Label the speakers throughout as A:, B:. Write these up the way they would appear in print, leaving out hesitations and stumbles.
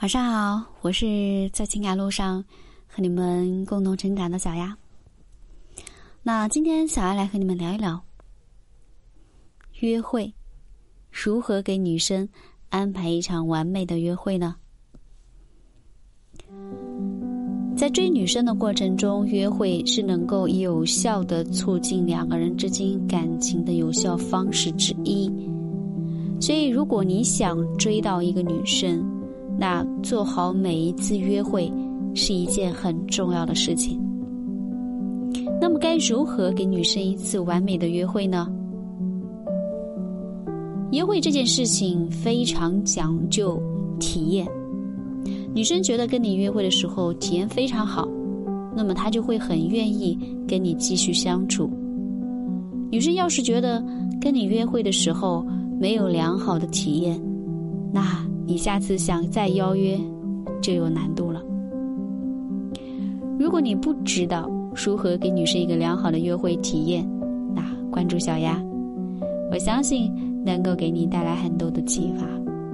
A: 晚上好，我是在情感路上和你们共同成长的小丫。那今天小丫来和你们聊一聊约会，如何给女生安排一场完美的约会呢？在追女生的过程中，约会是能够有效的促进两个人之间感情的有效方式之一。所以如果你想追到一个女生，那做好每一次约会是一件很重要的事情。那么该如何给女生一次完美的约会呢？约会这件事情非常讲究体验，女生觉得跟你约会的时候体验非常好，那么她就会很愿意跟你继续相处。女生要是觉得跟你约会的时候没有良好的体验，那你下次想再邀约就有难度了。如果你不知道如何给女生一个良好的约会体验，那关注小丫，我相信能够给你带来很多的启发。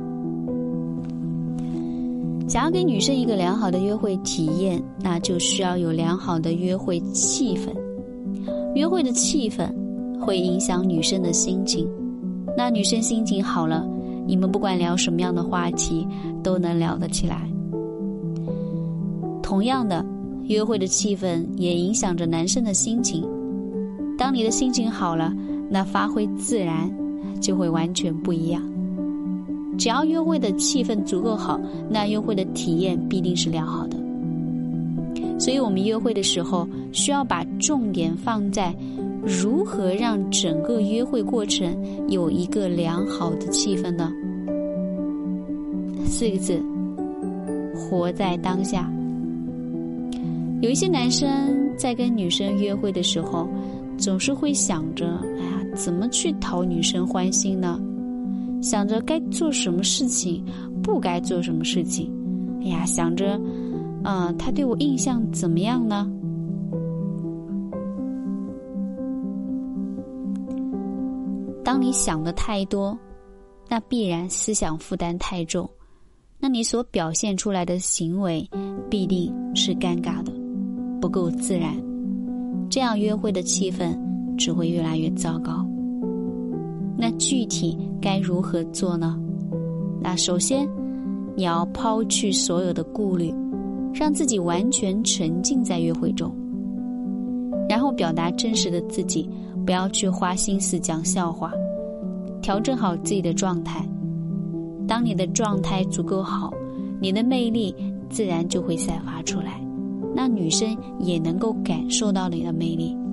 A: 想要给女生一个良好的约会体验，那就需要有良好的约会气氛。约会的气氛会影响女生的心情，那女生心情好了，你们不管聊什么样的话题都能聊得起来。同样的，约会的气氛也影响着男生的心情。当你的心情好了，那发挥自然就会完全不一样。只要约会的气氛足够好，那约会的体验必定是良好的。所以我们约会的时候需要把重点放在如何让整个约会过程有一个良好的气氛呢？4个字，活在当下。有一些男生在跟女生约会的时候，总是会想着怎么去讨女生欢心呢？想着该做什么事情，不该做什么事情。想着他对我印象怎么样呢？当你想的太多，那必然思想负担太重，那你所表现出来的行为必定是尴尬的，不够自然，这样约会的气氛只会越来越糟糕。那具体该如何做呢？那首先你要抛去所有的顾虑，让自己完全沉浸在约会中，然后表达真实的自己，不要去花心思讲笑话，调整好自己的状态。当你的状态足够好，你的魅力自然就会散发出来，那女生也能够感受到你的魅力。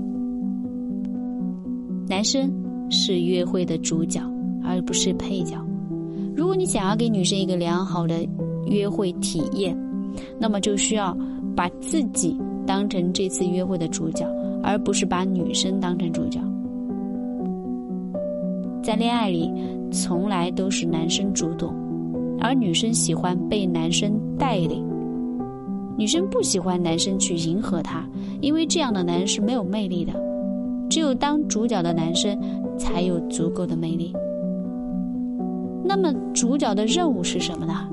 A: 男生是约会的主角，而不是配角。如果你想要给女生一个良好的约会体验，那么就需要把自己当成这次约会的主角，而不是把女生当成主角。在恋爱里，从来都是男生主动，而女生喜欢被男生带领。女生不喜欢男生去迎合她，因为这样的男人是没有魅力的。只有当主角的男生才有足够的魅力。那么主角的任务是什么呢？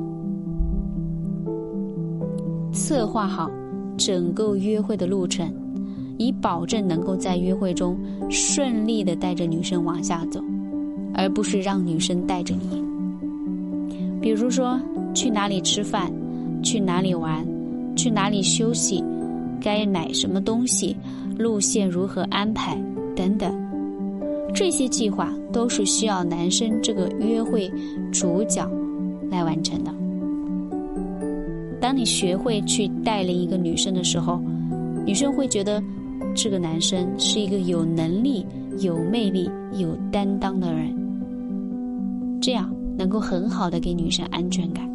A: 策划好整个约会的路程，以保证能够在约会中顺利地带着女生往下走，而不是让女生带着你。比如说去哪里吃饭，去哪里玩，去哪里休息，该买什么东西，路线如何安排等等，这些计划都是需要男生这个约会主角来完成的。当你学会去带领一个女生的时候，女生会觉得这个男生是一个有能力、有魅力、有担当的人，这样能够很好的给女生安全感。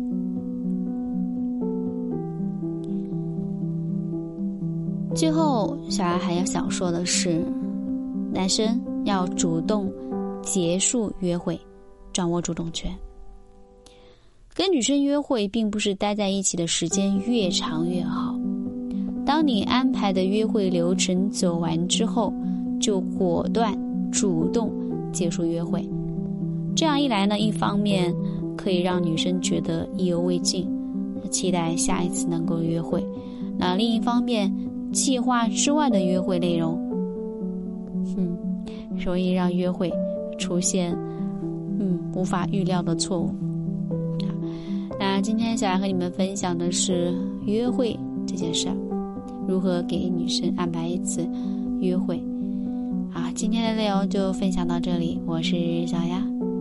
A: 最后小孩还要想说的是，男生要主动结束约会，掌握主动权。跟女生约会并不是待在一起的时间越长越好，当你安排的约会流程走完之后，就果断主动结束约会。这样一来呢，一方面可以让女生觉得意犹未尽， 期待下一次能够约会。那另一方面，计划之外的约会内容，容易让约会出现无法预料的错误。那今天想要和你们分享的是约会这件事，如何给女生安排一次约会。今天的内容就分享到这里，我是小丫。